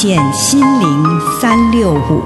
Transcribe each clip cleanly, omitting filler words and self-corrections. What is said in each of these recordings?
见心灵365。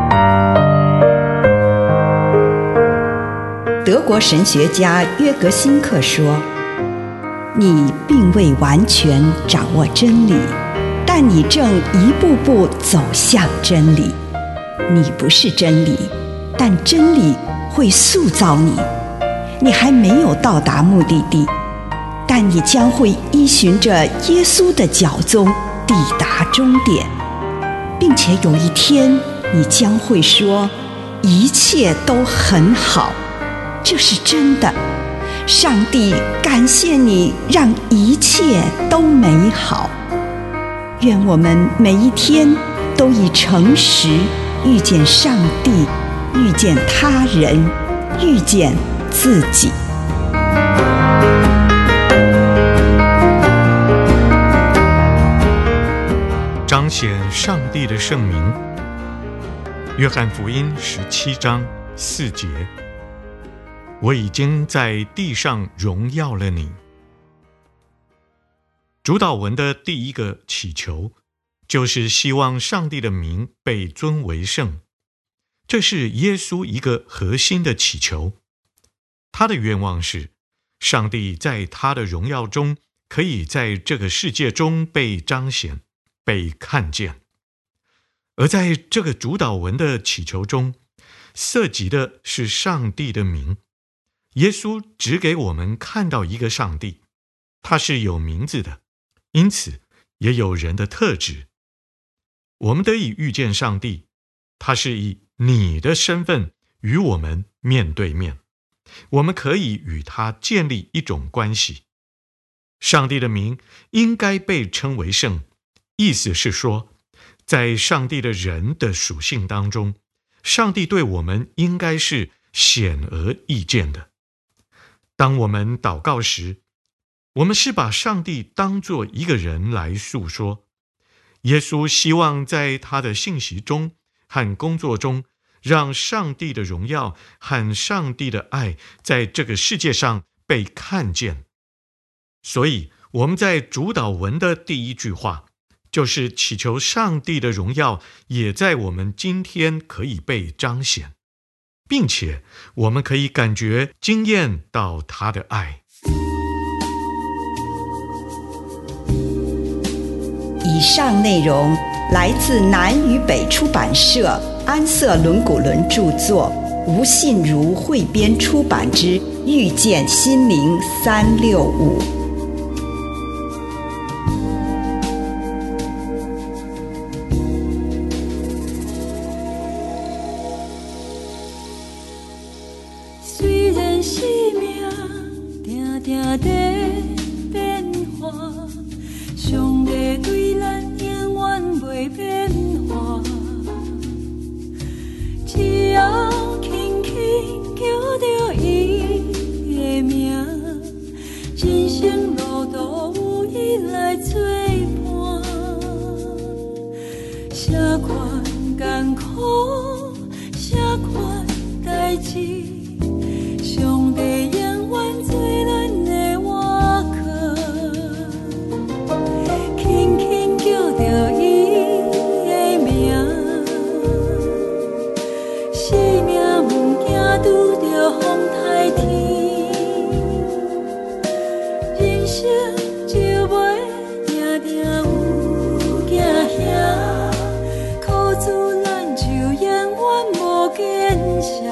德国神学家约格辛克说，你并未完全掌握真理，但你正一步步走向真理。你不是真理，但真理会塑造你。你还没有到达目的地，但你将会依循着耶稣的脚踪抵达终点，并且有一天你将会说，一切都很好。这是真的，上帝感谢你让一切都美好。愿我们每一天都以诚实遇见上帝，遇见他人，遇见自己。 彰显上帝的圣名。约翰福音17章4节，我已经在地上荣耀了你。主祷文的第一个祈求，就是希望上帝的名被尊为圣。这是耶稣一个核心的祈求。他的愿望是，上帝在他的荣耀中，可以在这个世界中被彰显、被看见。而在这个主祷文的祈求中，涉及的是上帝的名。耶稣只给我们看到一个上帝，他是有名字的，因此也有人的特质。我们得以遇见上帝，他是以你的身份与我们面对面，我们可以与他建立一种关系。上帝的名应该被称为圣，意思是说，在上帝的人的属性当中，上帝对我们应该是显而易见的。当我们祷告时，我们是把上帝当作一个人来诉说。耶稣希望在他的信息中和工作中，让上帝的荣耀和上帝的爱在这个世界上被看见。所以我们在主祷文的第一句话，就是祈求上帝的荣耀也在我们今天可以被彰显，并且我们可以感觉经验到他的爱。 以上内容来自南与北出版社安瑟伦古伦著作，吴信如汇编出版之《遇见心灵365》。 虽然生命定定在变化，上帝对咱永远袂变化，只要轻轻叫着伊的名，人生路途有伊来作伴。啥款艰苦，啥款代志，上帝永远做咱的倚靠，轻轻叫着伊的名，生命毋惊拄着风台天，人生就袂定定有惊吓，苦主咱就永远无见识。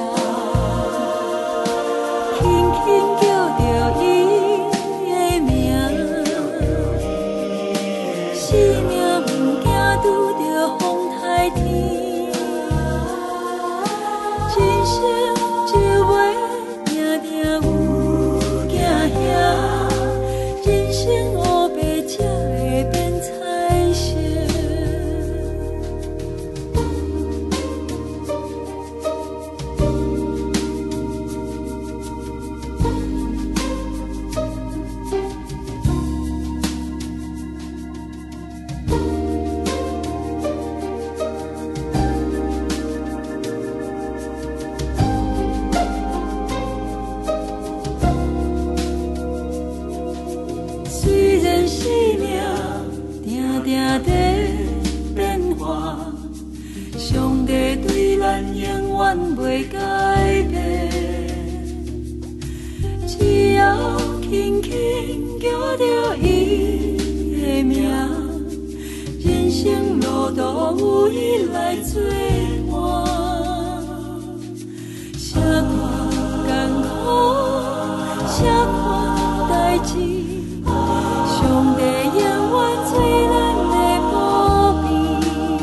都有伊来作伴。啥款艰苦，啥款代志，上帝永远做咱的保庇。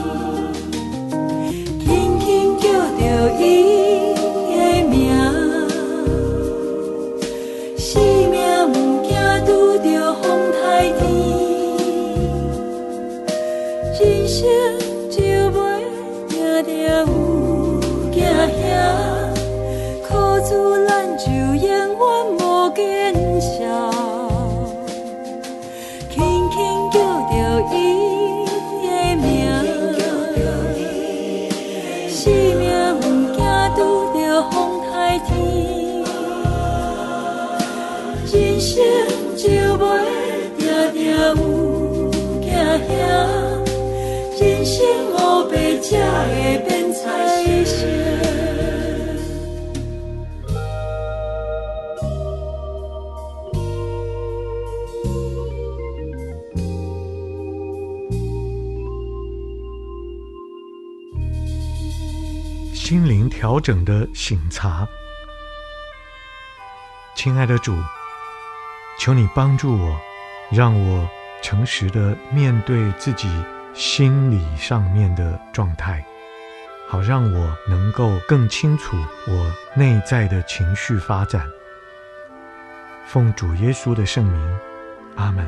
轻轻叫着伊的名，生命不惊拄着风台天。人生就袂定定有惊吓，苦主咱就永远无减少。轻轻叫着伊的名，生命不惊拄着风台天。人生就袂定定有惊吓。人生黑白才会变彩色。 心灵调整的省察。亲爱的主，求你帮助我，让我诚实地面对自己心理上面的状态，好让我能够更清楚我内在的情绪发展。奉主耶稣的圣名，阿们。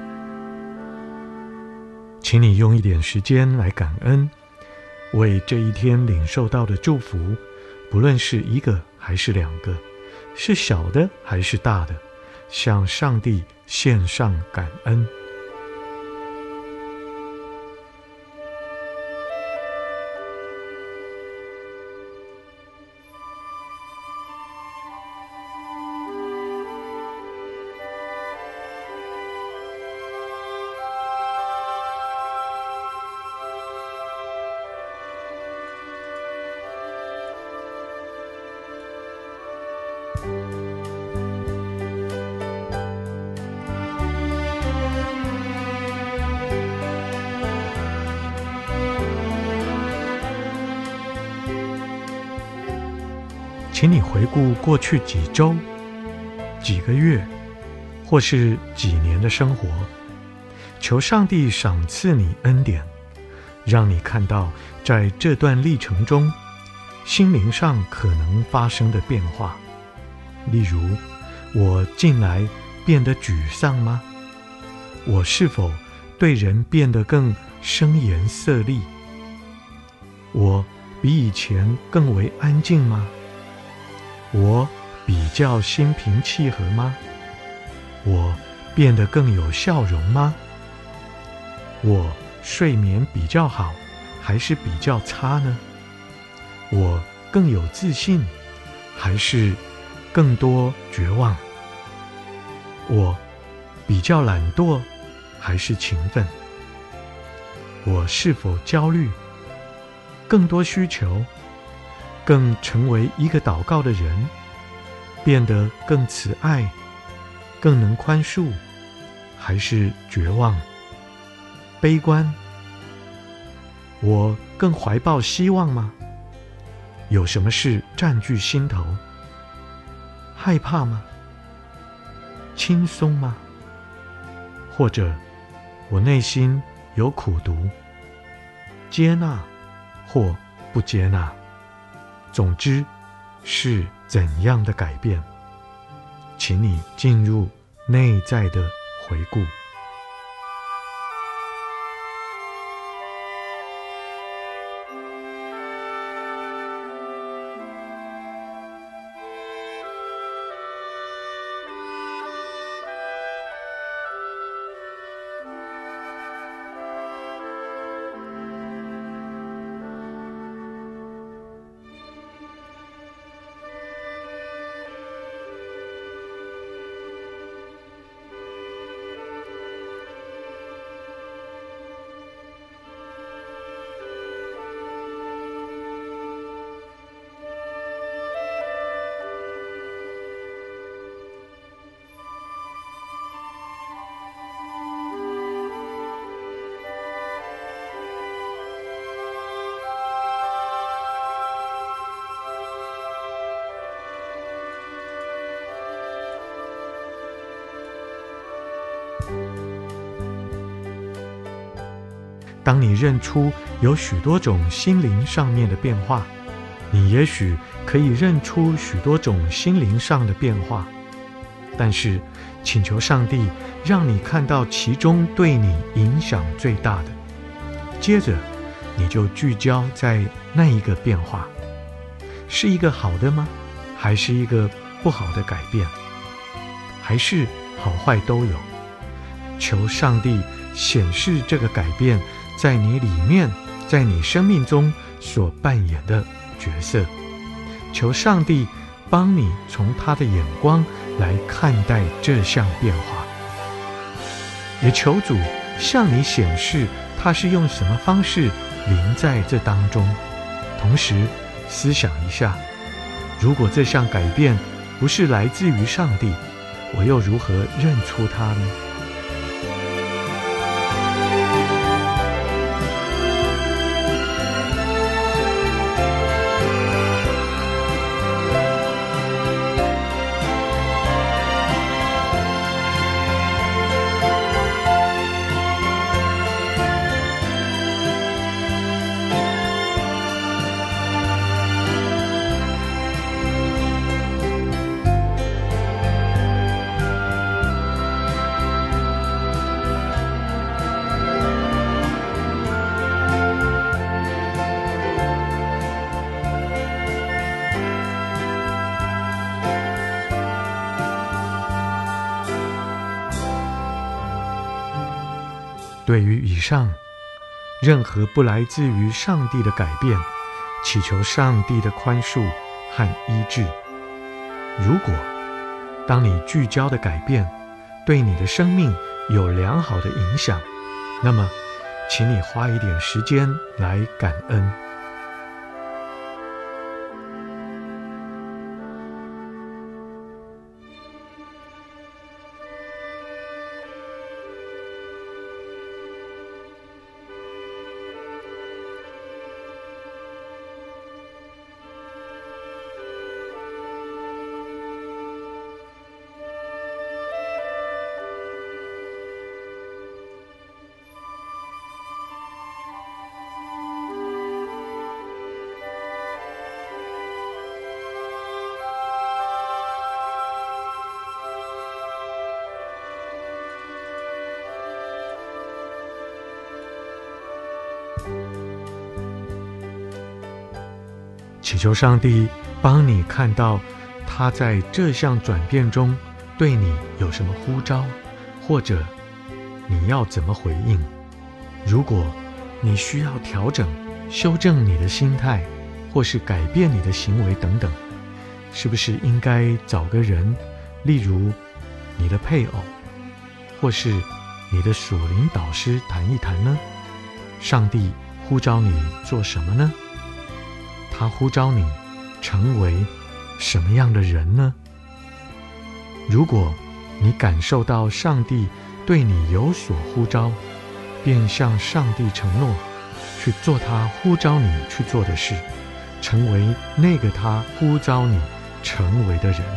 请你用一点时间来感恩，为这一天领受到的祝福，不论是一个还是两个，是小的还是大的，向上帝献上感恩。请你回顾过去几周、几个月，或是几年的生活，求上帝赏赐你恩典，让你看到在这段历程中，心灵上可能发生的变化。例如，我近来变得沮丧吗？我是否对人变得更声言色厉？我比以前更为安静吗？我比较心平气和吗？我变得更有笑容吗？我睡眠比较好，还是比较差呢？我更有自信，还是更多绝望？我比较懒惰，还是勤奋？我是否焦虑？更多需求？更成为一个祷告的人，变得更慈爱，更能宽恕，还是绝望、悲观？我更怀抱希望吗？有什么事占据心头？害怕吗？轻松吗？或者我内心有苦毒？接纳或不接纳？总之，是怎样的改变？请你进入内在的回顾。 当你认出有许多种心灵上面的变化，你也许可以认出许多种心灵上的变化，但是请求上帝让你看到其中对你影响最大的，接着你就聚焦在那一个变化，是一个好的吗？还是一个不好的改变？还是好坏都有？求上帝显示这个改变在你里面，在你生命中所扮演的角色。求上帝帮你从他的眼光来看待这项变化，也求主向你显示他是用什么方式临在这当中。同时思想一下，如果这项改变不是来自于上帝，我又如何认出它呢？对于以上任何不来自于上帝的改变，祈求上帝的宽恕和医治。如果当你聚焦的改变对你的生命有良好的影响，那么请你花一点时间来感恩。祈求上帝帮你看到他在这项转变中对你有什么呼召，或者你要怎么回应。如果你需要调整、修正你的心态，或是改变你的行为等等，是不是应该找个人，例如你的配偶，或是你的属灵导师谈一谈呢？上帝呼召你做什么呢？他呼召你成为什么样的人呢？如果你感受到上帝对你有所呼召，便向上帝承诺，去做他呼召你去做的事，成为那个他呼召你成为的人。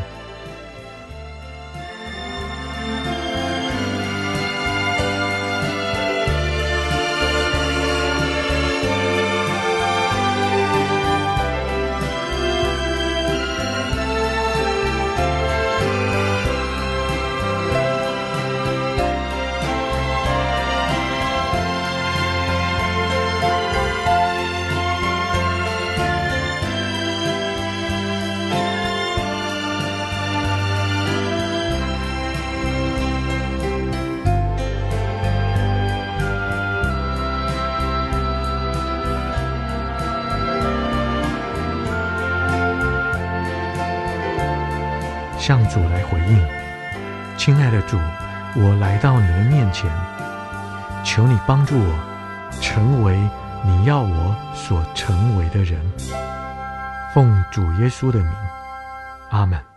向主来回应，亲爱的主，我来到你的面前，求你帮助我成为你要我所成为的人。奉主耶稣的名，阿们。